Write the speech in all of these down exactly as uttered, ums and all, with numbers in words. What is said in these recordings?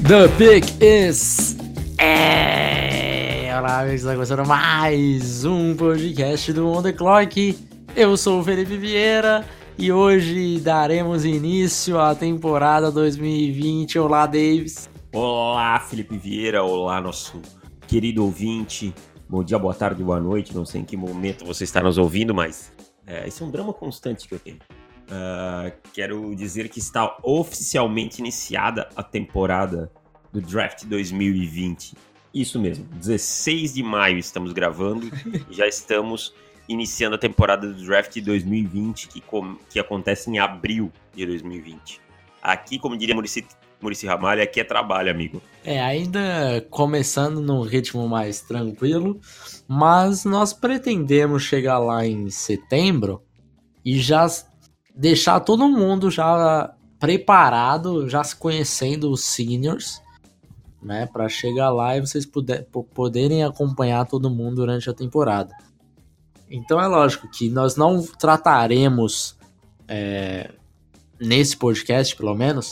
The pick is... É... Olá, amigos, está começando mais um podcast do On The Clock. Eu sou o Felipe Vieira e hoje daremos início à temporada dois mil e vinte. Olá, Davis. Olá, Felipe Vieira. Olá, nosso querido ouvinte. Bom dia, boa tarde, boa noite. Não sei em que momento você está nos ouvindo, mas é, esse é um drama constante que eu tenho. Uh, quero dizer que está oficialmente iniciada a temporada do Draft dois mil e vinte. Isso mesmo, dezesseis de maio estamos gravando e já estamos iniciando a temporada do Draft dois mil e vinte, que, com, que acontece em abril de dois mil e vinte. Aqui, como diria Muricy, Muricy Ramalho, aqui é trabalho, amigo. É, ainda começando num ritmo mais tranquilo, mas nós pretendemos chegar lá em setembro e já deixar todo mundo já preparado, já se conhecendo os seniors, né, para chegar lá e vocês puder, poderem acompanhar todo mundo durante a temporada. Então é lógico que nós não trataremos, é, nesse podcast pelo menos,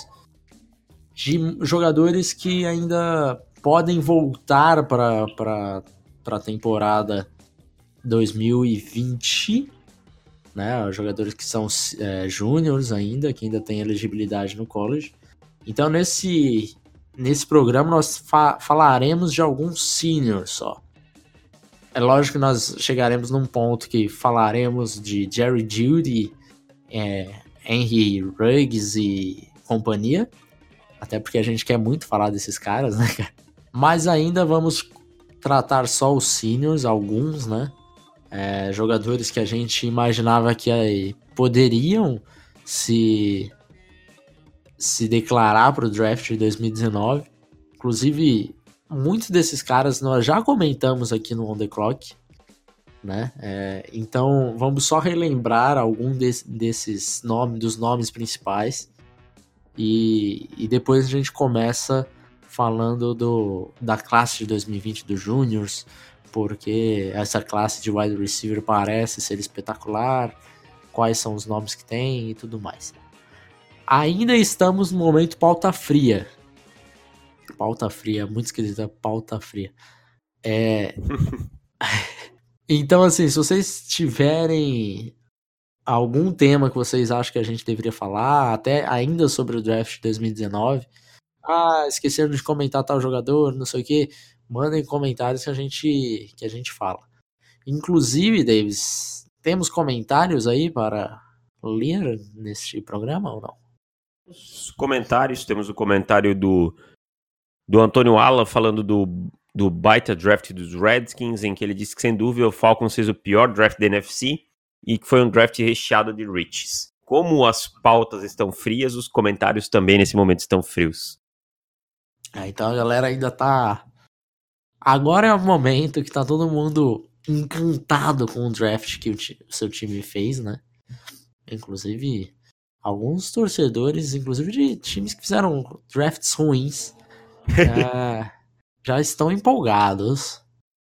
de jogadores que ainda podem voltar para a temporada dois mil e vinte, né? Jogadores que são é, júniors ainda, que ainda têm elegibilidade no college. Então nesse, nesse programa nós fa- falaremos de alguns seniors só. É lógico que nós chegaremos num ponto que falaremos de Jerry Jeudy, é, Henry Ruggs e companhia, até porque a gente quer muito falar desses caras, né, cara? Mas ainda vamos tratar só os seniors, alguns, né? É, jogadores que a gente imaginava que aí poderiam se, se declarar para o draft de dois mil e dezenove. Inclusive, muitos desses caras nós já comentamos aqui no On The Clock, né? É, então, vamos só relembrar algum de, desses nomes, dos nomes principais. E, e depois a gente começa falando do, da classe de dois mil e vinte dos Juniors, porque essa classe de wide receiver parece ser espetacular, quais são os nomes que tem e tudo mais. Ainda estamos no momento pauta fria. Pauta fria, muito esquisita, pauta fria. É... Então, assim, se vocês tiverem algum tema que vocês acham que a gente deveria falar, até ainda sobre o draft de dois mil e dezenove, ah, esqueceram de comentar tal jogador, não sei o que, mandem comentários que a gente, que a gente fala. Inclusive, Davis, temos comentários aí para ler neste programa ou não? Os comentários, temos o comentário do, do Antônio Alan falando do, do baita draft dos Redskins, em que ele disse que sem dúvida o Falcons fez o pior draft da N F C e que foi um draft recheado de riches. Como as pautas estão frias, os comentários também nesse momento estão frios. É, então a galera ainda tá... Agora é o momento que tá todo mundo encantado com o draft que o, t- o seu time fez, né? Inclusive, alguns torcedores, inclusive de times que fizeram drafts ruins, já, já estão empolgados.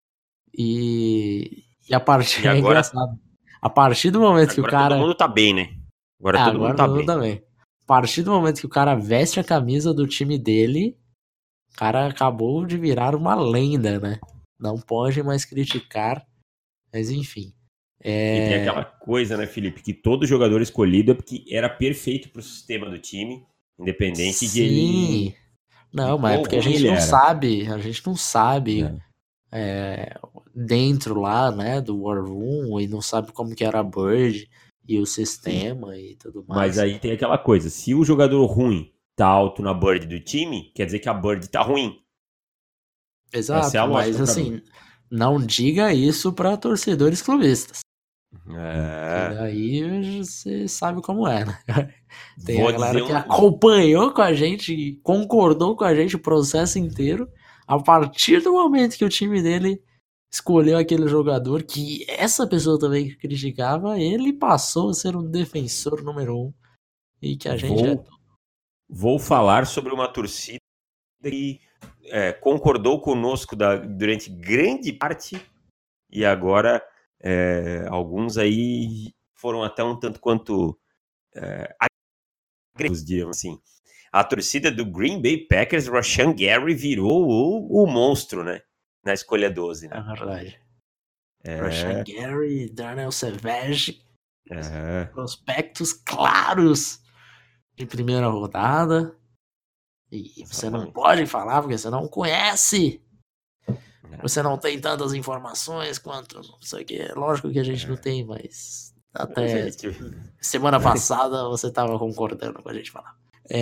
E, e a partir... E É agora, engraçado. A partir do momento que o agora cara... todo mundo tá bem, né? Agora É, todo agora mundo tá todo mundo bem. também. A partir do momento que o cara veste a camisa do time dele, o cara acabou de virar uma lenda, né? Não pode mais criticar, mas enfim. E tem É... aquela coisa, né, Felipe, que todo jogador escolhido é porque era perfeito pro sistema do time, independente de Sim. ele... Não, de mas é quão porque a ruim gente ele não era. sabe, a gente não sabe É. é, dentro lá, né, do War Room, e não sabe como que era a Bird e o sistema e tudo mais. Mas aí tem aquela coisa, se o jogador ruim tá alto na bird do time, quer dizer que a bird tá ruim. Essa é a Exato, mas lógica pra mim. assim, não diga isso para torcedores clubistas. Que É. daí você sabe como é, né? Tem a Vou galera dizer que uma... acompanhou com a gente, concordou com a gente o processo inteiro. A partir do momento que o time dele escolheu aquele jogador, que essa pessoa também criticava, ele passou a ser um defensor número um. E que a gente é. Vou, vou falar sobre uma torcida que é, concordou conosco da, durante grande parte e agora é, alguns aí foram até um tanto quanto é, agressivos, digamos assim. a torcida do Green Bay Packers, Rashan Gary, virou o, o monstro, né? Na escolha doze, né? É verdade. É. Rashan Gary, Darnell Savage, É. prospectos claros de primeira rodada. E você não Exatamente. pode falar porque você não conhece. É. Você não tem tantas informações quanto não sei o que. Lógico que a gente não tem, mas até Mas, gente, semana passada você tava concordando com a gente falar.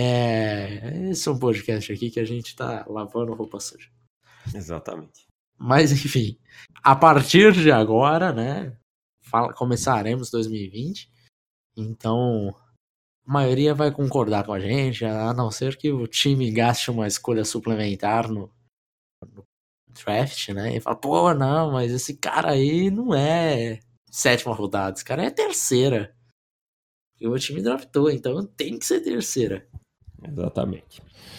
É, esse é um podcast aqui que a gente tá lavando roupa suja. Exatamente. Mas enfim, a partir de agora, né, fala, começaremos dois mil e vinte, então a maioria vai concordar com a gente, a não ser que o time gaste uma escolha suplementar no, no draft, né, e fala, pô, não, mas esse cara aí não é sétima rodada, esse cara é terceira. E o time draftou, então tem que ser terceira. Exatamente.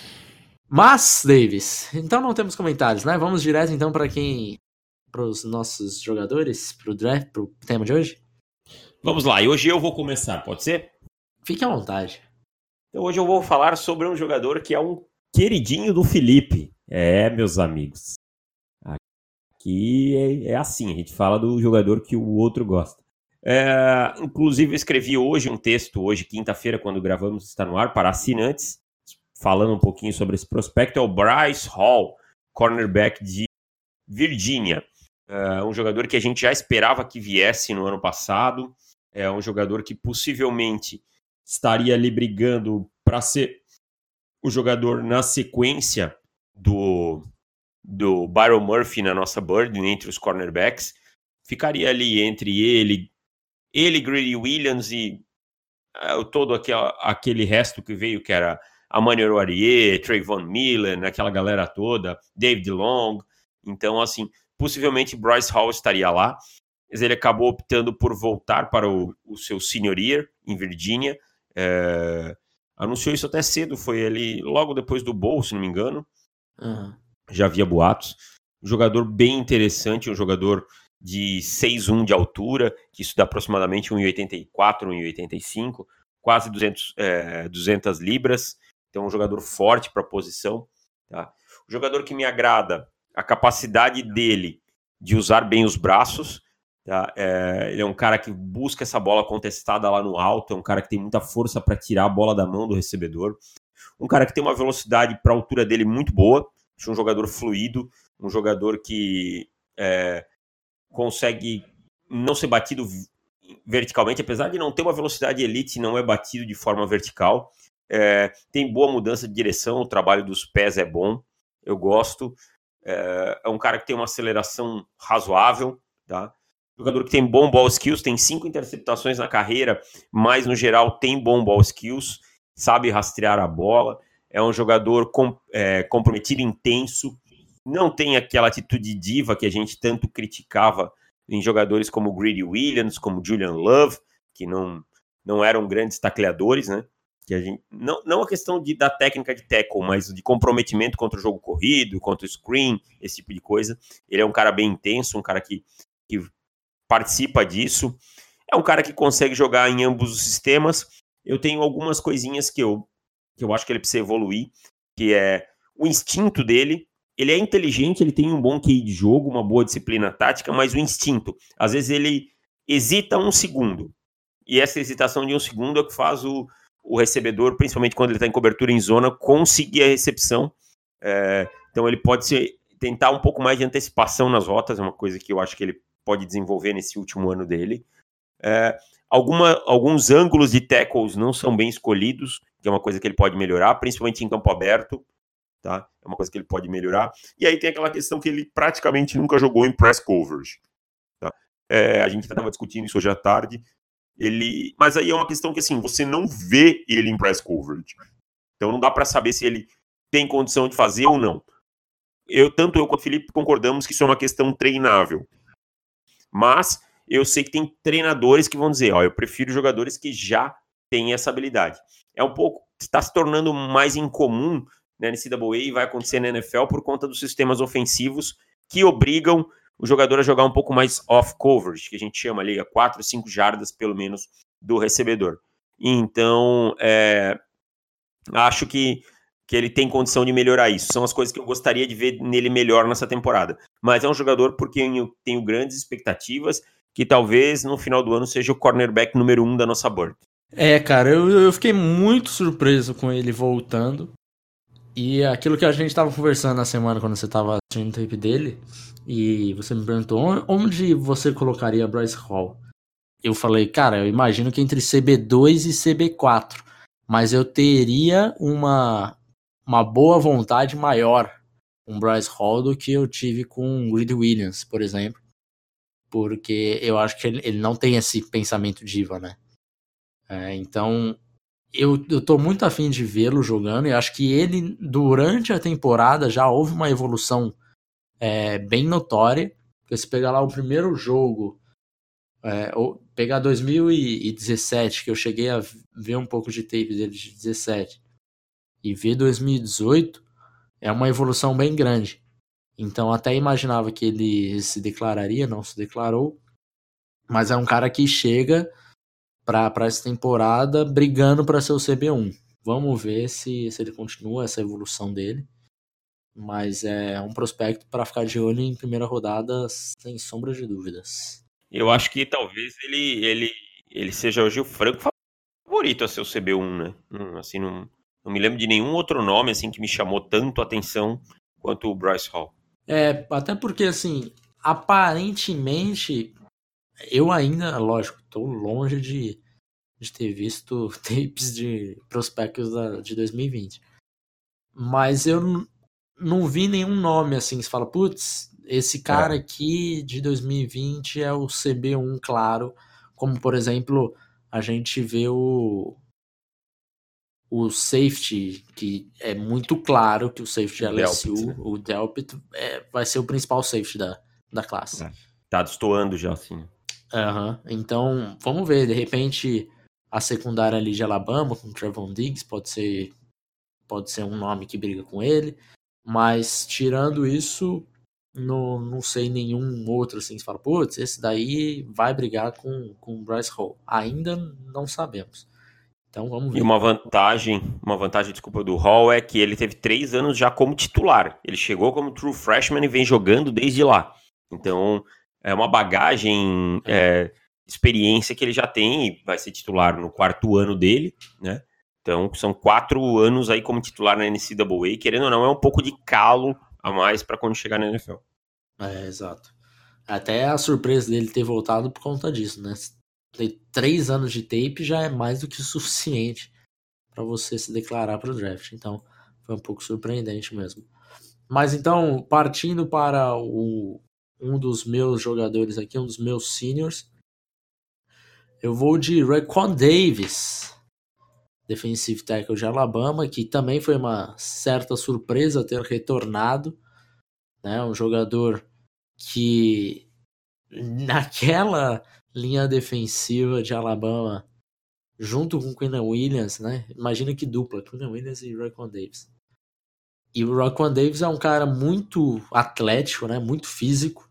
Mas, Davis, então não temos comentários, né? Vamos direto então para quem, para os nossos jogadores, para o draft, para o tema de hoje. Vamos lá, e hoje eu vou começar, pode ser? Fique à vontade. Então hoje eu vou falar sobre um jogador que é um queridinho do Felipe. É, meus amigos. Aqui é, é assim, a gente fala do jogador que o outro gosta. É, inclusive eu escrevi hoje um texto, hoje quinta-feira, quando gravamos, está no ar, para assinantes, falando um pouquinho sobre esse prospecto. É o Bryce Hall, cornerback de Virgínia. É um jogador que a gente já esperava que viesse no ano passado. É um jogador que possivelmente estaria ali brigando para ser o jogador na sequência do, do Byron Murphy na nossa Bird, entre os cornerbacks. Ficaria ali entre ele, ele, Greedy Williams e uh, todo aquele, aquele resto que veio, que era Amani Oruwariye, Trayvon Millen, aquela galera toda, David Long. Então, assim, possivelmente Bryce Hall estaria lá, mas ele acabou optando por voltar para o, o seu senior year em Virgínia. É, anunciou isso até cedo, foi ali logo depois do bowl, se não me engano. Uhum. Já havia boatos. Um jogador bem interessante, um jogador de seis um de altura, que isso dá aproximadamente um e oitenta e quatro, um e oitenta e cinco, quase duzentos, é, duzentas libras. Então, um jogador forte para a posição. Tá? O jogador que me agrada, a capacidade dele de usar bem os braços. Tá? É, ele é um cara que busca essa bola contestada lá no alto, é um cara que tem muita força para tirar a bola da mão do recebedor. Um cara que tem uma velocidade para a altura dele muito boa. Acho um jogador fluido, um jogador que é, consegue não ser batido verticalmente, apesar de não ter uma velocidade elite, não é batido de forma vertical. É, tem boa mudança de direção, o trabalho dos pés é bom, eu gosto. É, é um cara que tem uma aceleração razoável, tá? Jogador que tem bom ball skills, tem cinco interceptações na carreira, mas no geral tem bom ball skills, sabe rastrear a bola, é um jogador com, é, comprometido, intenso, não tem aquela atitude diva que a gente tanto criticava em jogadores como Greedy Williams, como Julian Love, que não, não eram grandes tacleadores, né? Que a gente, não, não a questão de, da técnica de tackle, mas de comprometimento contra o jogo corrido, contra o screen, esse tipo de coisa. Ele é um cara bem intenso, um cara que, que participa disso. É um cara que consegue jogar em ambos os sistemas. Eu tenho algumas coisinhas que eu, que eu acho que ele precisa evoluir, que é o instinto dele. Ele é inteligente, ele tem um bom Q I de jogo, uma boa disciplina tática, mas o instinto, às vezes ele hesita um segundo. E essa hesitação de um segundo é o que faz o, o recebedor, principalmente quando ele está em cobertura em zona, conseguir a recepção. É, então ele pode ser, tentar um pouco mais de antecipação nas rotas, é uma coisa que eu acho que ele pode desenvolver nesse último ano dele. É, alguma, alguns ângulos de tackles não são bem escolhidos, que é uma coisa que ele pode melhorar, principalmente em campo aberto. Tá? É uma coisa que ele pode melhorar. E aí tem aquela questão que ele praticamente nunca jogou em press coverage. Tá? É, a gente estava discutindo isso hoje à tarde. Ele... Mas aí é uma questão que assim, você não vê ele em press coverage. Então não dá para saber se ele tem condição de fazer ou não. Eu, tanto eu quanto o Felipe concordamos que isso é uma questão treinável. Mas eu sei que tem treinadores que vão dizer, ó, eu prefiro jogadores que já têm essa habilidade. É um pouco, está se tornando mais incomum na N C A A e vai acontecer na N F L por conta dos sistemas ofensivos que obrigam o jogador a jogar um pouco mais off-coverage, que a gente chama ali a quatro, cinco jardas pelo menos do recebedor. Então, é, acho que, que ele tem condição de melhorar isso. São as coisas que eu gostaria de ver nele melhor nessa temporada. Mas é um jogador por quem eu tenho grandes expectativas, que talvez no final do ano seja o cornerback número um da nossa board. É, cara, eu, eu fiquei muito surpreso com ele voltando. E aquilo que a gente tava conversando na semana quando você tava assistindo o tape dele, e você me perguntou onde você colocaria Bryce Hall. Eu falei, cara, eu imagino que entre C B dois e C B quatro, mas eu teria uma, uma boa vontade maior com Bryce Hall do que eu tive com o Greedy Williams, por exemplo, porque eu acho que ele, ele não tem esse pensamento diva, né? É, então, eu, eu tô muito afim de vê-lo jogando, e acho que ele, durante a temporada, já houve uma evolução é, bem notória, porque se pegar lá o primeiro jogo, é, ou pegar dois mil e dezessete, que eu cheguei a ver um pouco de tape dele de dezessete, e ver dois mil e dezoito, é uma evolução bem grande. Então até imaginava que ele se declararia, não se declarou, mas é um cara que chega para essa temporada brigando para ser o C B um. Vamos ver se, se ele continua essa evolução dele, mas é um prospecto para ficar de olho em primeira rodada, sem sombra de dúvidas. Eu acho que talvez ele, ele, ele seja hoje o franco favorito a ser o C B um, né? Hum, assim, não, não me lembro de nenhum outro nome assim que me chamou tanto a atenção quanto o Bryce Hall. É, até porque, assim, aparentemente, eu ainda, lógico, estou longe de, de ter visto tapes de prospectos da, de dois mil e vinte. Mas eu n- não vi nenhum nome assim que você fala, putz, esse cara É. aqui de dois mil e vinte é o C B um, claro. Como, por exemplo, a gente vê o, o safety, que é muito claro que o safety de O L S U, Delpit, né? o Delpit, é, vai ser o principal safety da, da classe. É. Tá destoando já, assim. Aham. Então, vamos ver, de repente a secundária ali de Alabama com o Trevon Diggs pode ser pode ser um nome que briga com ele, mas tirando isso, não, não sei nenhum outro assim que você fala, putz, esse daí vai brigar com com o Bryce Hall. Ainda não sabemos. Então vamos E ver. uma vantagem, uma vantagem, desculpa, do Hall é que ele teve três anos já como titular. Ele chegou como true freshman e vem jogando desde lá. Então, é uma bagagem, é, experiência que ele já tem e vai ser titular no quarto ano dele, né? Então, são quatro anos aí como titular na N C double A. Querendo ou não, é um pouco de calo a mais para quando chegar na N F L. É, exato. Até a surpresa dele ter voltado por conta disso, né? Ter três anos de tape já é mais do que o suficiente para você se declarar para o draft. Então, foi um pouco surpreendente mesmo. Mas então, partindo para o, um dos meus jogadores aqui, um dos meus seniors, eu vou de Raekwon Davis, defensive tackle de Alabama, que também foi uma certa surpresa ter retornado, né? Um jogador que naquela linha defensiva de Alabama, junto com o Quinnen Williams, né? Imagina que dupla, Quinnen Williams e Raekwon Davis. E o Raekwon Davis é um cara muito atlético, né? Muito físico,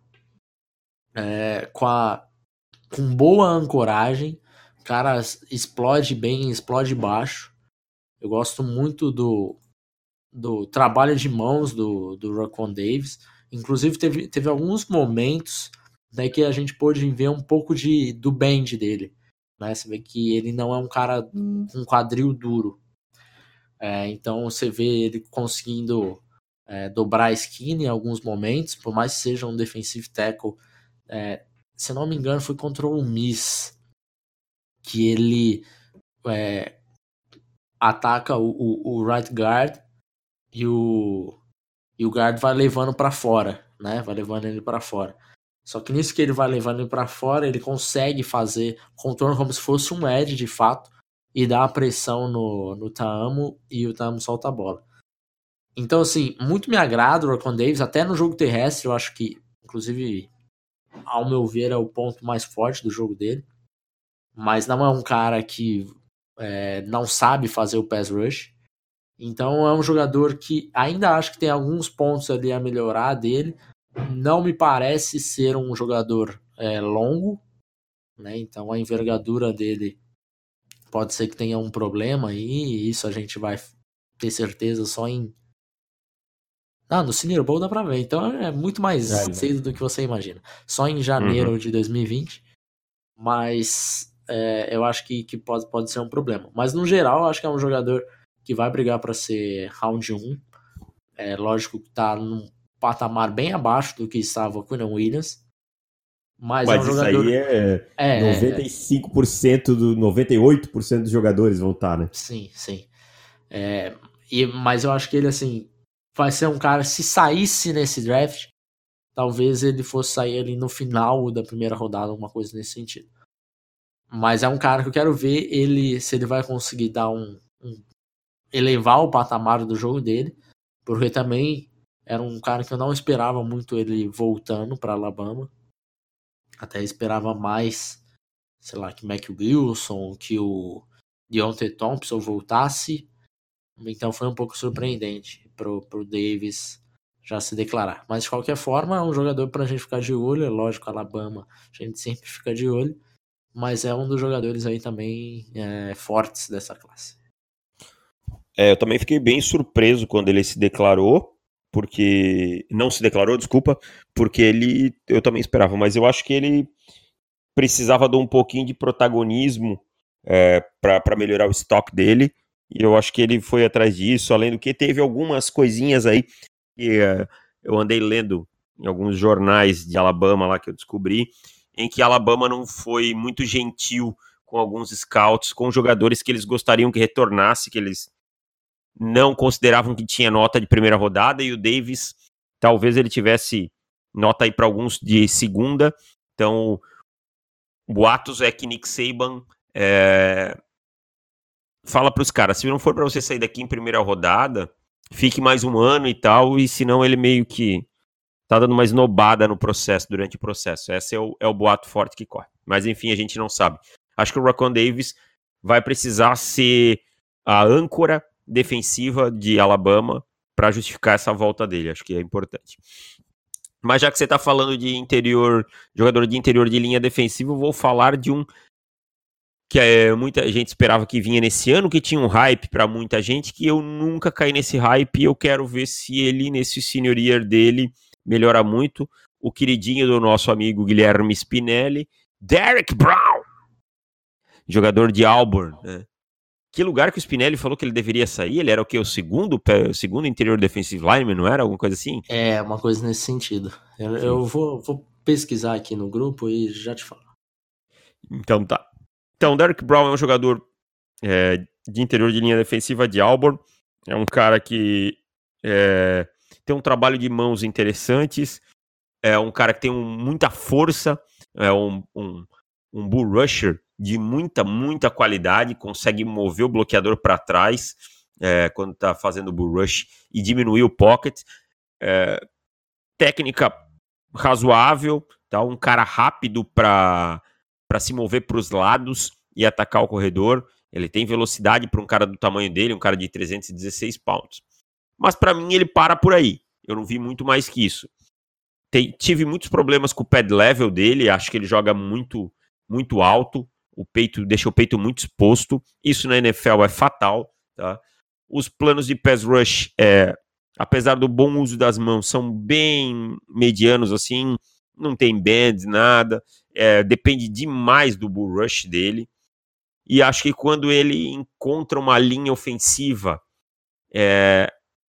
é, com, a, com boa ancoragem. O cara explode bem, explode baixo. Eu gosto muito do, do trabalho de mãos do, do Raekwon Davis. Inclusive, teve, teve alguns momentos, né, que a gente pôde ver um pouco de, do bend dele. Né? Você vê que ele não é um cara com quadril duro. É, então, você vê ele conseguindo é, dobrar a esquina em alguns momentos, por mais que seja um defensive tackle. É, se não me engano, foi contra o Miss que ele é, ataca o, o, o right guard e o, e o guard vai levando para fora, né? Vai levando ele para fora. Só que nisso que ele vai levando ele para fora, ele consegue fazer contorno como se fosse um edge de fato e dar a pressão no, no Taamo e o Taamo solta a bola. Então, assim, muito me agrada o Raekwon Davis, até no jogo terrestre, eu acho que, inclusive, ao meu ver, é o ponto mais forte do jogo dele. Mas não é um cara que é, não sabe fazer o pass rush. Então é um jogador que ainda acho que tem alguns pontos ali a melhorar dele. Não me parece ser um jogador é, longo, né? Então a envergadura dele pode ser que tenha um problema aí, e isso a gente vai ter certeza só em... Ah, no Senior Bowl dá pra ver, então é muito mais É, cedo do que você imagina. Só em janeiro Uhum. de dois mil e vinte, mas é, eu acho que, que pode, pode ser um problema. Mas no geral, eu acho que é um jogador que vai brigar pra ser round um. É lógico que tá num patamar bem abaixo do que estava o Quinnen Williams, mas, é um Mas isso aí jogador... é É, noventa e cinco por cento do noventa e oito por cento dos jogadores vão estar, né? sim, sim. É, e, mas eu acho que ele, assim, vai ser um cara, se saísse nesse draft, talvez ele fosse sair ali no final da primeira rodada, alguma coisa nesse sentido. Mas é um cara que eu quero ver ele, se ele vai conseguir dar um, um elevar o patamar do jogo dele, porque também era um cara que eu não esperava muito ele voltando para Alabama. Até esperava mais, sei lá, que Mac Wilson, que o Deontay Thompson voltasse. Então foi um pouco surpreendente pro, pro Davis já se declarar. Mas de qualquer forma, é um jogador pra gente ficar de olho. É lógico, Alabama, a gente sempre fica de olho. Mas é um dos jogadores aí também é, fortes dessa classe. É, eu também fiquei bem surpreso quando ele se declarou, porque... Não se declarou, desculpa, porque ele... Eu também esperava, mas eu acho que ele precisava de um pouquinho de protagonismo é, para melhorar o estoque dele, e eu acho que ele foi atrás disso, além do que teve algumas coisinhas aí que é, eu andei lendo em alguns jornais de Alabama lá que eu descobri, em que Alabama não foi muito gentil com alguns scouts, com jogadores que eles gostariam que retornasse, que eles não consideravam que tinha nota de primeira rodada, e o Davis, talvez ele tivesse nota aí para alguns de segunda, então boatos é que Nick Saban é, fala para os caras, se não for para você sair daqui em primeira rodada, fique mais um ano e tal, e senão ele meio que tá dando uma esnobada no processo, durante o processo. Esse é o, é o boato forte que corre. Mas enfim, a gente não sabe. Acho que o Raekwon Davis vai precisar ser a âncora defensiva de Alabama para justificar essa volta dele. Acho que é importante. Mas já que você tá falando de interior, jogador de interior de linha defensiva, eu vou falar de um que é, muita gente esperava que vinha nesse ano, que tinha um hype para muita gente, que eu nunca caí nesse hype, e eu quero ver se ele, nesse senior year dele, melhora muito. O queridinho do nosso amigo Guilherme Spinelli, Derrick Brown, jogador de Auburn, né? Que lugar que o Spinelli falou que ele deveria sair? Ele era o quê? O segundo, o segundo interior defensive lineman, não era? Alguma coisa assim? É, uma coisa nesse sentido. Eu, eu vou, vou pesquisar aqui no grupo e já te falo. Então tá. Então, Derrick Brown é um jogador é, de interior de linha defensiva de Auburn. É um cara que é, tem um trabalho de mãos interessantes. É um cara que tem um, muita força. É um, um, um bull rusher de muita, muita qualidade. Consegue mover o bloqueador para trás é, quando está fazendo o bull rush e diminuir o pocket. É, técnica razoável. Tá? Um cara rápido para se mover para os lados e atacar o corredor. Ele tem velocidade para um cara do tamanho dele, um cara de trezentos e dezesseis pounds. Mas para mim ele para por aí. Eu não vi muito mais que isso. Tem, tive muitos problemas com o pad level dele, acho que ele joga muito, muito alto, o peito deixa o peito muito exposto. Isso na N F L é fatal. Tá? Os planos de pass rush, é, apesar do bom uso das mãos, são bem medianos assim, não tem bends, nada. É, depende demais do bull rush dele. E acho que quando ele encontra uma linha ofensiva, é,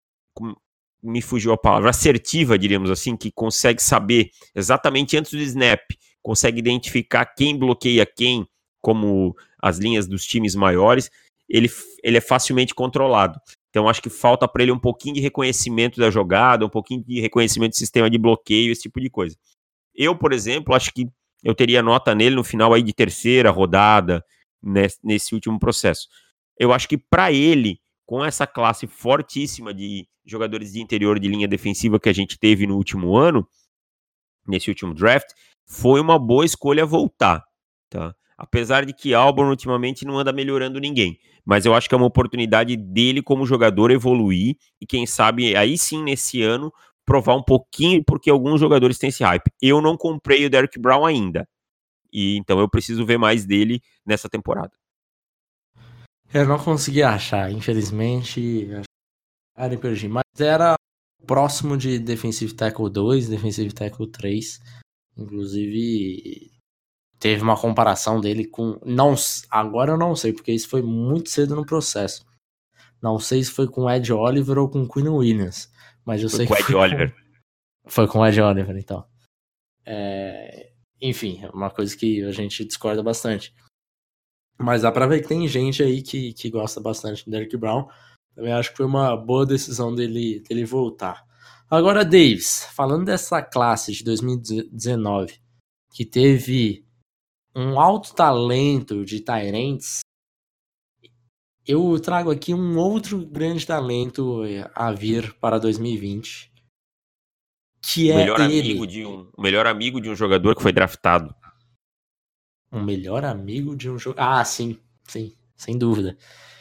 me fugiu a palavra, assertiva, diríamos assim, que consegue saber exatamente antes do snap, consegue identificar quem bloqueia quem, como as linhas dos times maiores, ele, ele é facilmente controlado. Então acho que falta para ele um pouquinho de reconhecimento da jogada, um pouquinho de reconhecimento do sistema de bloqueio, esse tipo de coisa. Eu, por exemplo, acho que eu teria nota nele no final aí de terceira rodada, nesse, nesse último processo. Eu acho que para ele, com essa classe fortíssima de jogadores de interior de linha defensiva que a gente teve no último ano, nesse último draft, foi uma boa escolha voltar, tá? Apesar de que Auburn ultimamente não anda melhorando ninguém, mas eu acho que é uma oportunidade dele como jogador evoluir e quem sabe aí sim nesse ano provar um pouquinho, porque alguns jogadores têm esse hype. Eu não comprei o Derrick Brown ainda, e então eu preciso ver mais dele nessa temporada. Eu não consegui achar, infelizmente. Cara, perdi. Mas era próximo de Defensive Tackle dois, Defensive Tackle três. Inclusive, teve uma comparação dele com... Não, agora eu não sei, porque isso foi muito cedo no processo. Não sei se foi com Ed Oliver ou com Quinn Williams. Mas eu Foi sei com que Ed foi Oliver. com... Foi com Ed Oliver, então. É... Enfim, é uma coisa que a gente discorda bastante. Mas dá pra ver que tem gente aí que, que gosta bastante do Derrick Brown. Também acho que foi uma boa decisão dele, dele voltar. Agora, Davis, falando dessa classe de dois mil e dezenove, que teve um alto talento de tight ends, eu trago aqui um outro grande talento a vir para dois mil e vinte, que O é melhor amigo ele. de um, o melhor amigo de um jogador que foi draftado. Um melhor amigo de um jogo. Ah, sim, sim, sem dúvida.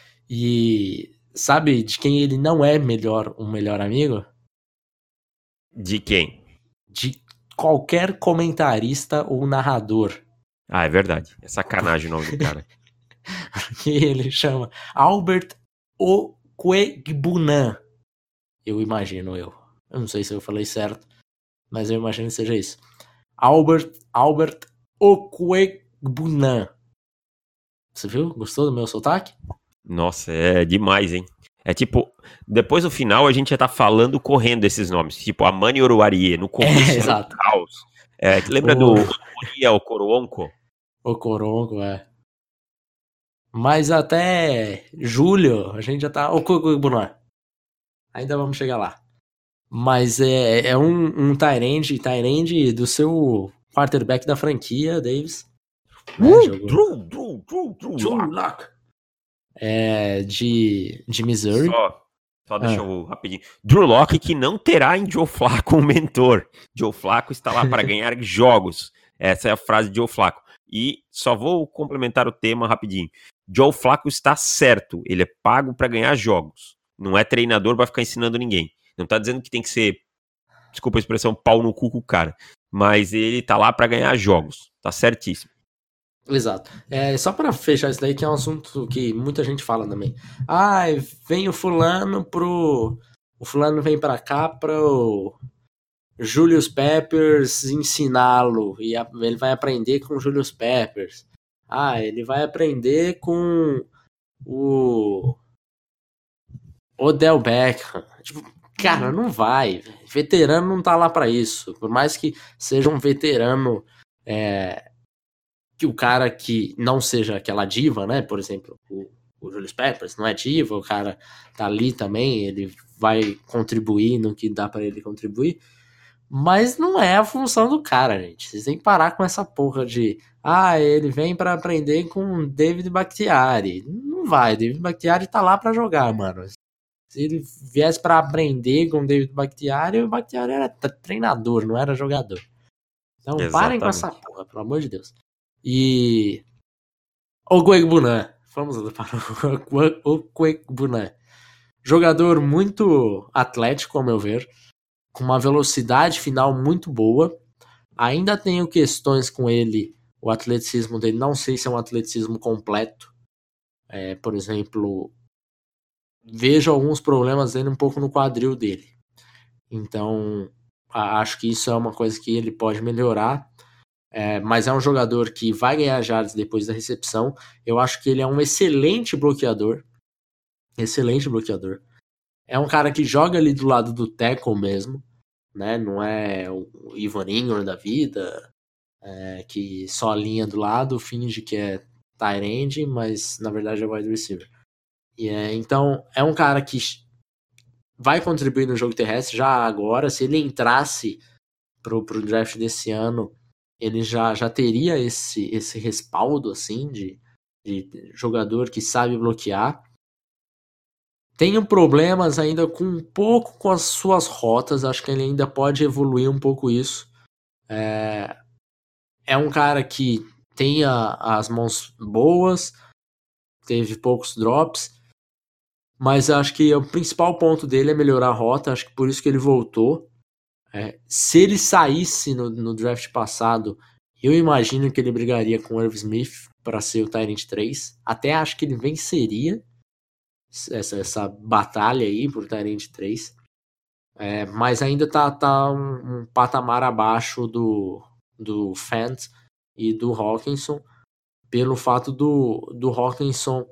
E sabe de quem ele não é melhor um melhor amigo? De quem? De qualquer comentarista ou narrador. Ah, é verdade. É sacanagem o nome do cara. Que ele chama Albert Okwegbunan. Eu imagino eu. Eu não sei se eu falei certo, mas eu imagino que seja isso. Albert, Albert Okwegbunan. Você viu? Gostou do meu sotaque? Nossa, é demais, hein? É tipo, depois do final a gente já tá falando correndo esses nomes. Tipo, Amani Oruarie, no começo É, era um exato. caos. É, lembra O- do Oruarie Okoroonko? O Corongo, é. Mas até julho a gente já tá. Ô, Okwegbunan. Ainda vamos chegar lá. Mas é, é um, um Tyrande, Tyrande do seu quarterback da franquia, Davis. Né, Uh, jogou. Drew, Drew, Drew, Drew, Drew Lock. Lock. É, de, de Missouri. Só, só deixa Ah. eu rapidinho. Drew Lock que não terá em Joe Flacco um mentor. Joe Flacco está lá para ganhar jogos. Essa é a frase de Joe Flacco. E só vou complementar o tema rapidinho. Joe Flacco está certo. Ele é pago para ganhar jogos. Não é treinador para ficar ensinando ninguém. Não tá dizendo que tem que ser, desculpa a expressão, pau no cu com o cara. Mas ele tá lá para ganhar jogos. Tá certíssimo. Exato. É, só pra fechar isso daí, que é um assunto que muita gente fala também. Ah, vem o fulano pro... O fulano vem pra cá pro Julius Peppers ensiná-lo. E a- ele vai aprender com o Julius Peppers. Ah, ele vai aprender com o Odell Beckham. Tipo, cara, não vai. Veterano não tá lá pra isso. Por mais que seja um veterano... É, que o cara que não seja aquela diva, né? Por exemplo, o, o Julius Peppers não é diva, o cara tá ali também, ele vai contribuir no que dá pra ele contribuir, mas não é a função do cara, gente. Vocês têm que parar com essa porra de ah, ele vem pra aprender com David Bakhtiari. Não vai, David Bakhtiari tá lá pra jogar, mano. Se ele viesse pra aprender com David Bakhtiari, o Bakhtiari era treinador, não era jogador. Então Exatamente. Parem com essa porra, pelo amor de Deus. E Okwegbunan, vamos para o Okwegbunan. Jogador muito atlético, ao meu ver, com uma velocidade final muito boa. Ainda tenho questões com ele, o atleticismo dele, não sei se é um atleticismo completo. É, por exemplo, vejo alguns problemas dele um pouco no quadril dele. Então, acho que isso é uma coisa que ele pode melhorar. É, mas é um jogador que vai ganhar jardas depois da recepção. Eu acho que ele é um excelente bloqueador. Excelente bloqueador. É um cara que joga ali do lado do tackle mesmo, né? Não é o Ivan Ingram da vida, é, que só alinha do lado, finge que é tight end, mas na verdade é wide receiver. E é, então, é um cara que vai contribuir no jogo terrestre já agora. Se ele entrasse pro, pro draft desse ano, ele já, já teria esse, esse respaldo, assim, de, de jogador que sabe bloquear. Tenho problemas ainda com um pouco com as suas rotas, acho que ele ainda pode evoluir um pouco isso. É, é um cara que tem a, as mãos boas, teve poucos drops, mas acho que o principal ponto dele é melhorar a rota, acho que por isso que ele voltou. É, se ele saísse no, no draft passado, eu imagino que ele brigaria com o Irv Smith para ser o Tyrant três. Até acho que ele venceria. essa, essa batalha aí por Tyrande três. É, mas ainda tá, tá um, um patamar abaixo do, do Fant e do Hawkinson, pelo fato do, do Hawkinson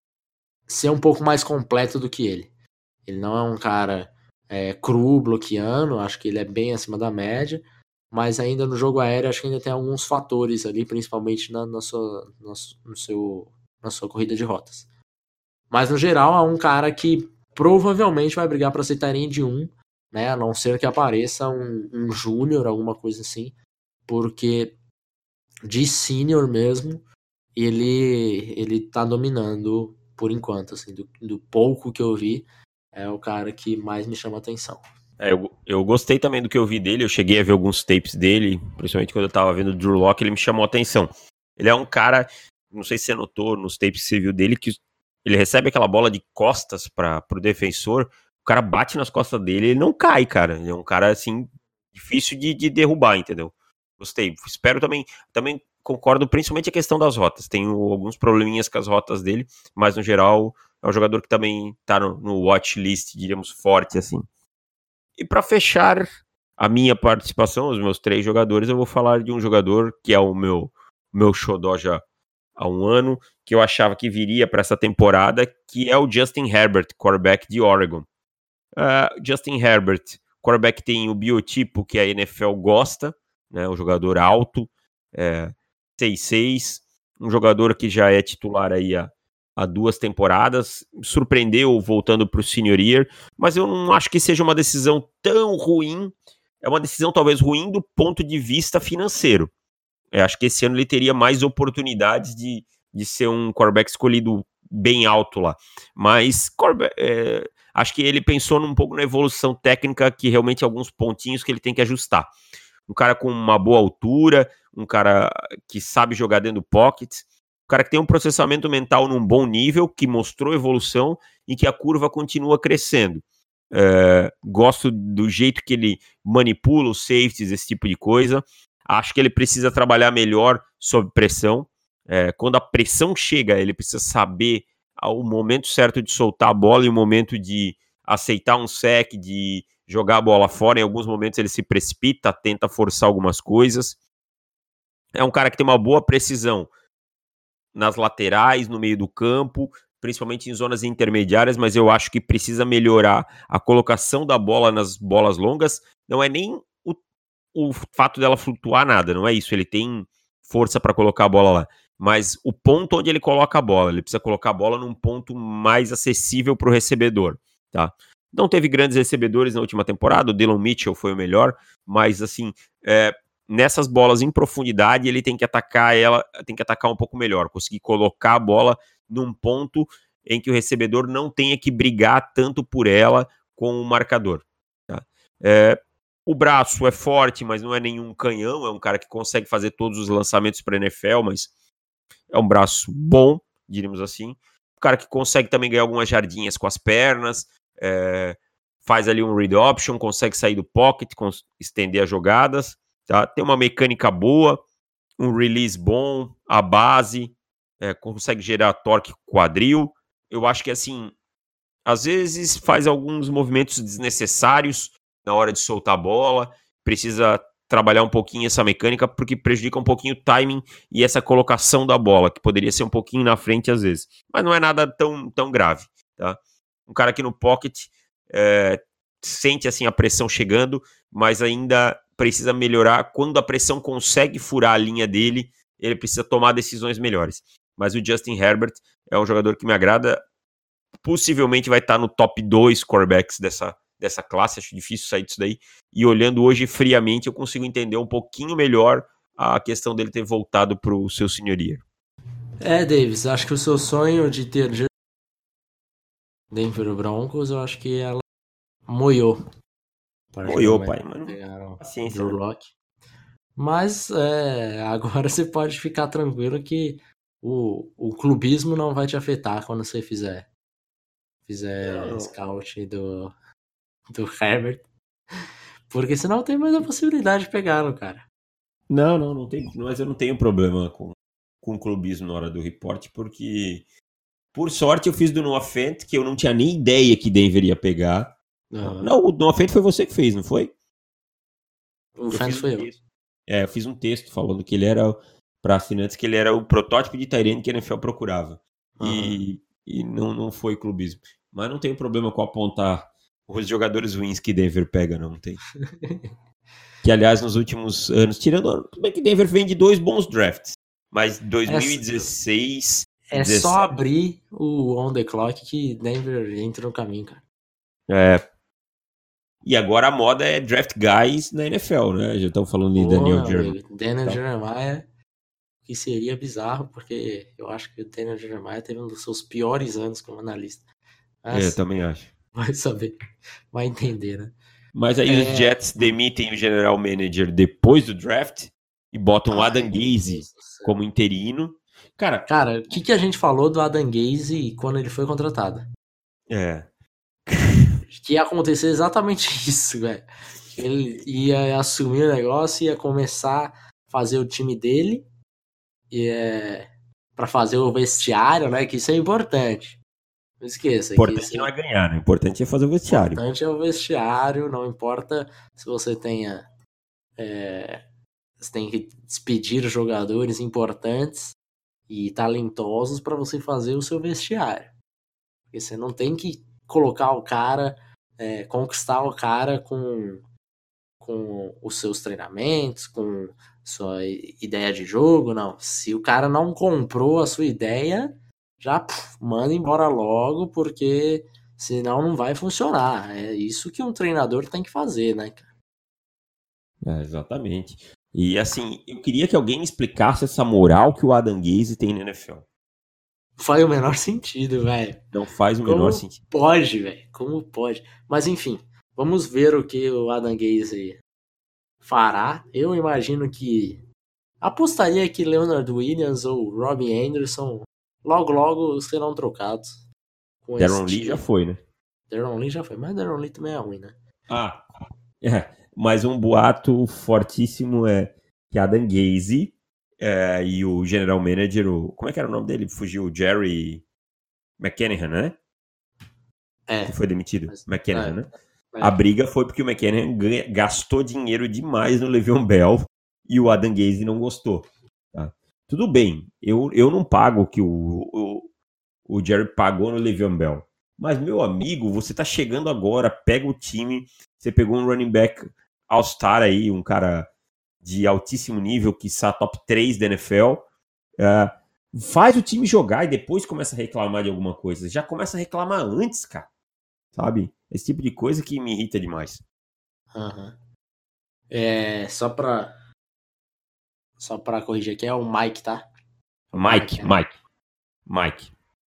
ser um pouco mais completo do que ele. Ele não é um cara é, cru, bloqueando, acho que ele é bem acima da média, mas ainda no jogo aéreo acho que ainda tem alguns fatores ali, principalmente na, na, sua, na, no seu, na sua corrida de rotas. Mas no geral é um cara que provavelmente vai brigar para ser Tyrande um, né? A não ser que apareça um, um júnior, alguma coisa assim, porque de senior mesmo, ele, ele tá dominando por enquanto, assim, do, do pouco que eu vi, é o cara que mais me chama a atenção. É, eu, eu gostei também do que eu vi dele, eu cheguei a ver alguns tapes dele, principalmente quando eu tava vendo o Drew Lock, ele me chamou a atenção. Ele é um cara, não sei se você notou nos tapes que você viu dele, que ele recebe aquela bola de costas para pro defensor, o cara bate nas costas dele, ele não cai, cara. Ele é um cara, assim, difícil de, de derrubar, entendeu? Gostei. Espero também, também concordo, principalmente a questão das rotas. Tenho alguns probleminhas com as rotas dele, mas no geral é um jogador que também tá no, no watch list, diríamos, forte, assim. E para fechar a minha participação, os meus três jogadores, eu vou falar de um jogador que é o meu, meu xodó já há um ano, que eu achava que viria para essa temporada, que é o Justin Herbert, quarterback de Oregon. Uh, Justin Herbert, quarterback tem o biotipo que a N F L gosta, né, um jogador alto, é, seis seis, um jogador que já é titular aí há, há duas temporadas, surpreendeu voltando para o senior year, mas eu não acho que seja uma decisão tão ruim, é uma decisão talvez ruim do ponto de vista financeiro. Eu acho que esse ano ele teria mais oportunidades de, de ser um quarterback escolhido bem alto lá. Mas é, acho que ele pensou um pouco na evolução técnica, que realmente alguns pontinhos que ele tem que ajustar. Um cara com uma boa altura, um cara que sabe jogar dentro do pocket, um cara que tem um processamento mental num bom nível, que mostrou evolução e que a curva continua crescendo. É, gosto do jeito que ele manipula os safeties, esse tipo de coisa. Acho que ele precisa trabalhar melhor sob pressão. É, quando a pressão chega, ele precisa saber o momento certo de soltar a bola e o momento de aceitar um sec, de jogar a bola fora. Em alguns momentos ele se precipita, tenta forçar algumas coisas. É um cara que tem uma boa precisão nas laterais, no meio do campo, principalmente em zonas intermediárias, mas eu acho que precisa melhorar a colocação da bola nas bolas longas. Não é nem o, o fato dela flutuar nada, não é isso. Ele tem força para colocar a bola lá, mas o ponto onde ele coloca a bola, ele precisa colocar a bola num ponto mais acessível para o recebedor, tá? Não teve grandes recebedores na última temporada, o Dylan Mitchell foi o melhor, mas assim, é, nessas bolas em profundidade, ele tem que atacar ela, tem que atacar um pouco melhor, conseguir colocar a bola num ponto em que o recebedor não tenha que brigar tanto por ela com o marcador. Tá? É, o braço é forte, mas não é nenhum canhão, é um cara que consegue fazer todos os lançamentos para a N F L, mas é um braço bom, diríamos assim. Um cara que consegue também ganhar algumas jardinhas com as pernas, é, faz ali um read option, consegue sair do pocket, estender as jogadas. Tá? Tem uma mecânica boa, um release bom, a base, é, consegue gerar torque quadril. Eu acho que, assim, às vezes faz alguns movimentos desnecessários na hora de soltar a bola, precisa trabalhar um pouquinho essa mecânica, porque prejudica um pouquinho o timing e essa colocação da bola, que poderia ser um pouquinho na frente às vezes. Mas não é nada tão, tão grave. Tá? Um cara aqui no pocket é, sente assim a pressão chegando, mas ainda precisa melhorar. Quando a pressão consegue furar a linha dele, ele precisa tomar decisões melhores. Mas o Justin Herbert é um jogador que me agrada, possivelmente vai estar no top dois quarterbacks dessa, dessa classe, acho difícil sair disso daí, e olhando hoje friamente eu consigo entender um pouquinho melhor a questão dele ter voltado para o seu senior year. É, Davis, acho que o seu sonho de ter Denver Broncos, eu acho que ela moiou. Moiou, pai, mano. Paciência. Drew Lock. Mas é, agora você pode ficar tranquilo que o, o clubismo não vai te afetar quando você fizer fizer não. scout do, do Herbert. Porque senão tem mais a possibilidade de pegá-lo, cara. Não, não, não tem. Mas eu não tenho problema com, com clubismo na hora do report, porque Por sorte, eu fiz do Noah Fant, que eu não tinha nem ideia que Denver ia pegar. Uhum. Não, o Noah Fant foi você que fez, não foi? O Fant um foi eu. Texto. É, eu fiz um texto falando que ele era, para assinantes, que ele era o protótipo de tight end que a N F L procurava. Uhum. E, e não, não foi clubismo. Mas não tem problema com apontar os jogadores ruins que Denver pega, não tem. Que, aliás, nos últimos anos, tirando... Tudo bem que Denver vem de dois bons drafts, mas dois mil e dezesseis... É dezessete, só abrir o on the clock que Denver entra no caminho, cara. É. E agora a moda é draft guys na N F L, né? Já estão falando de Daniel Jeremiah. Daniel então. Jeremiah, que seria bizarro, porque eu acho que o Daniel Jeremiah teve um dos seus piores anos como analista. Mas, é, eu também acho. Vai saber, vai entender, né? Mas aí é... os Jets demitem o general manager depois do draft e botam o Adam Gase como interino. Cara, Cara, o que, que a gente falou do Adam Gase quando ele foi contratado? É. Que ia acontecer exatamente isso, velho. Ele ia assumir o negócio, ia começar a fazer o time dele e é, para fazer o vestiário, né? Que isso é importante. Não esqueça. O importante que não é ganhar, né? O importante é fazer o vestiário. O importante é o vestiário, não importa se você tenha... É, você tem que despedir jogadores importantes e talentosos para você fazer o seu vestiário. Porque você não tem que colocar o cara, é, conquistar o cara com, com os seus treinamentos, com sua ideia de jogo, não. Se o cara não comprou a sua ideia, já puf, manda embora logo, porque senão não vai funcionar. É isso que um treinador tem que fazer, né, cara? É, exatamente. E assim, eu queria que alguém explicasse essa moral que o Adam Gase tem na N F L. Faz o menor sentido, velho. Não faz o menor Como sentido. Pode, velho. Como pode? Mas enfim, vamos ver o que o Adam Gase fará. Eu imagino que apostaria que Leonard Williams ou Robin Anderson logo logo serão trocados. Com Darren esse Lee já foi, né? Darren Lee já foi, mas Darren Lee também é ruim, né? Ah, é. Mas um boato fortíssimo é que Adam Gase é, e o general manager, o, como é que era o nome dele? Fugiu, o Jerry McCannahan, né? É. Que foi demitido. Mas, McCannahan, é, né? É. A briga foi porque o McCannahan ganha, gastou dinheiro demais no Le'Veon Bell e o Adam Gase não gostou. Tá? Tudo bem, eu, eu não pago o que o, o, o Jerry pagou no Le'Veon Bell. Mas, meu amigo, você tá chegando agora, pega o time, você pegou um running back all-star aí, um cara de altíssimo nível, que está top três da N F L, uh, faz o time jogar e depois começa a reclamar de alguma coisa. Já começa a reclamar antes, cara. Sabe? Esse tipo de coisa que me irrita demais. Uhum. É, só pra só pra corrigir aqui, é o Mike, tá? Mike, Mike, Mike. Mike.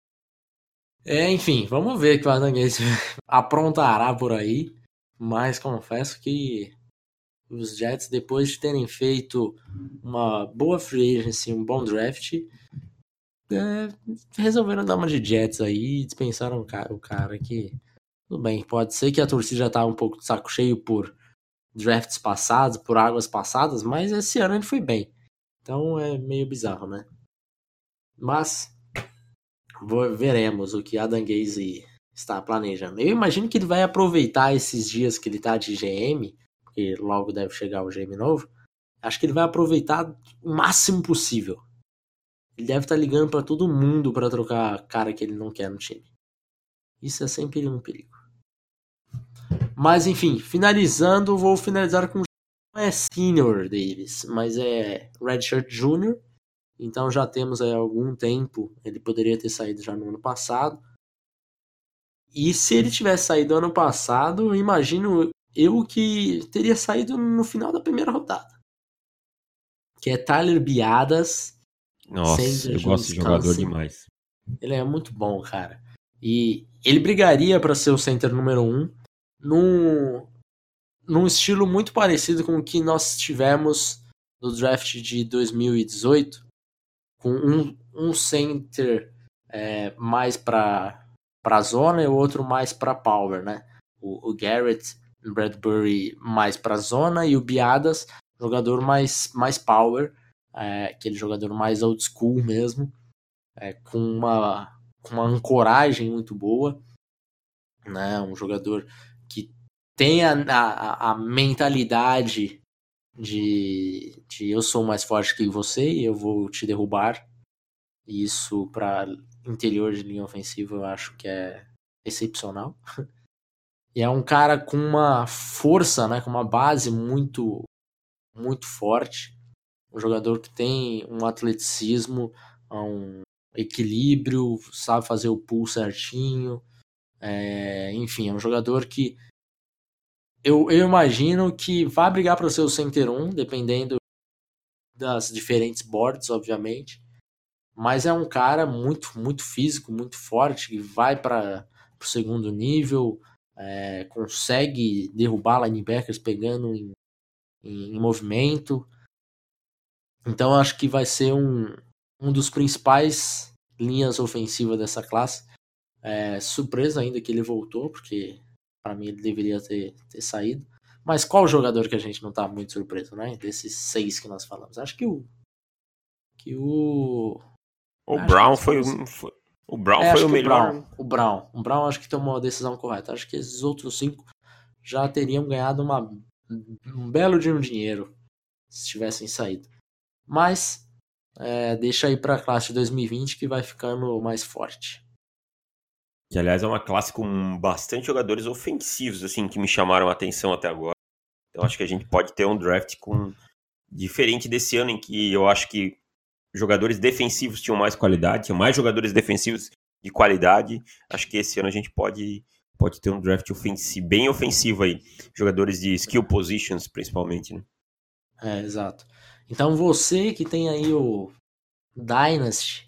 É, enfim, vamos ver o que o Adam Gase aprontará por aí. Mas confesso que os Jets, depois de terem feito uma boa free agency, um bom draft, é, resolveram dar uma de Jets aí e dispensaram o cara, o cara que... Tudo bem, pode ser que a torcida já tá um pouco de saco cheio por drafts passados, por águas passadas, mas esse ano ele foi bem. Então é meio bizarro, né? Mas veremos o que Adam Gase está planejando. Eu imagino que ele vai aproveitar esses dias que ele tá de G M, porque logo deve chegar o G M novo. Acho que ele vai aproveitar o máximo possível. Ele deve estar ligando para todo mundo para trocar cara que ele não quer no time. Isso é sempre um perigo. Mas enfim, finalizando, vou finalizar com não é Senior Davis, mas é Redshirt Júnior. Então já temos aí algum tempo, ele poderia ter saído já no ano passado. E se ele tivesse saído ano passado, imagino eu que teria saído no final da primeira rodada. Que é Tyler Biadasz. Nossa, eu gosto de jogador demais. Ele é muito bom, cara. E ele brigaria para ser o center número um num, num estilo muito parecido com o que nós tivemos no draft de dois mil e dezoito, com um, um center é, mais para para zona e o outro mais para power, né? O, o Garrett Bradbury mais para zona e o Biadasz jogador mais, mais power, é, aquele jogador mais old school mesmo, é, com, uma, com uma ancoragem muito boa, né? Um jogador que tem a, a, a mentalidade de, de eu sou mais forte que você e eu vou te derrubar. E isso para interior de linha ofensiva eu acho que é excepcional. E é um cara com uma força, né? Com uma base muito, muito forte. Um jogador que tem um atleticismo, um equilíbrio, sabe fazer o pull certinho. É, enfim, é um jogador que eu, eu imagino que vai brigar para ser o center um, dependendo das diferentes boards, obviamente. Mas é um cara muito, muito físico, muito forte, que vai para o segundo nível, é, consegue derrubar linebackers pegando em, em, em movimento. Então eu acho que vai ser um, um dos principais linhas ofensivas dessa classe. É, surpresa ainda que ele voltou, porque para mim ele deveria ter, ter saído. Mas qual jogador que a gente não tá muito surpreso, né? Desses seis que nós falamos. Acho que o. Que o. O Acho Brown que foi, foram... um, foi o Brown é, foi acho o que melhor. O Brown, o Brown. O Brown acho que tomou a decisão correta. Acho que esses outros cinco já teriam ganhado uma, um belo de um dinheiro se tivessem saído. Mas é, deixa aí para a classe de dois mil e vinte que vai ficando mais forte. Que, aliás, é uma classe com bastante jogadores ofensivos, assim, que me chamaram a atenção até agora. Então, acho que a gente pode ter um draft com diferente desse ano, em que eu acho que jogadores defensivos tinham mais qualidade, tinham mais jogadores defensivos de qualidade. Acho que esse ano a gente pode, pode ter um draft ofensivo, bem ofensivo aí. Jogadores de skill positions, principalmente, né? É, exato. Então, você que tem aí o Dynasty,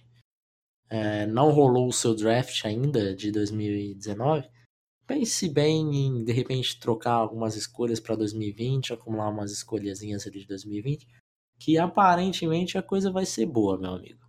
é, não rolou o seu draft ainda de dois mil e dezenove, pense bem em, de repente, trocar algumas escolhas para dois mil e vinte, acumular umas escolhazinhas ali de dois mil e vinte, que aparentemente a coisa vai ser boa, meu amigo.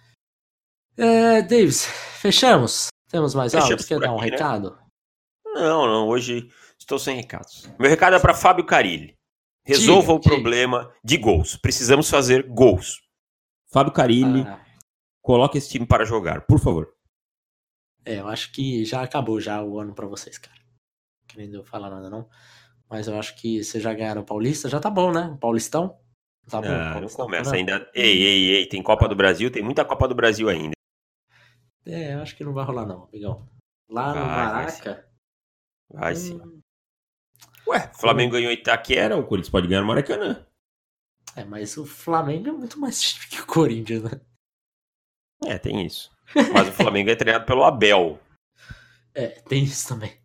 É, Davis, fechamos? Temos mais algo? Fechamos Quer por dar um aqui, né? recado? Não, não, hoje estou sem recados. Meu recado é para Fábio Carilli. Resolva Diga, o problema diga. de gols. Precisamos fazer gols. Fábio Carilli, Ah, coloque esse time para jogar, por favor. é, eu acho que já acabou já o ano para vocês, cara. Não querendo eu falar nada não, mas eu acho que vocês já ganharam o Paulista, já tá bom, né? O Paulistão? Tá bom, Não, não Paulistão, começa não? ainda. Ei, ei, ei, tem Copa do Brasil, tem muita Copa do Brasil ainda. É, eu acho que não vai rolar não, amigão. Lá no Vai, vai sim. Maraca... Vai hum, sim. Ué, o Flamengo ganhou Itaquera, o Corinthians pode ganhar no Maracanã. É, mas o Flamengo é muito mais time que o Corinthians, né? É, tem isso. Mas o Flamengo é treinado pelo Abel. É, tem isso também.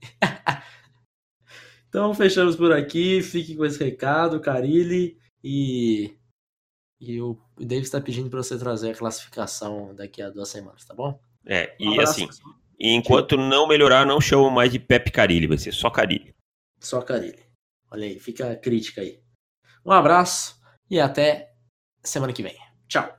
Então fechamos por aqui, fique com esse recado, Carilli, e, e o David está pedindo para você trazer a classificação daqui a duas semanas, tá bom? É, Um e abraço. assim, enquanto não melhorar, não chamo mais de Pepe Carilli, vai ser só Carilli. Só Carilli. Olha aí, fica a crítica aí. Um abraço e até semana que vem. Tchau.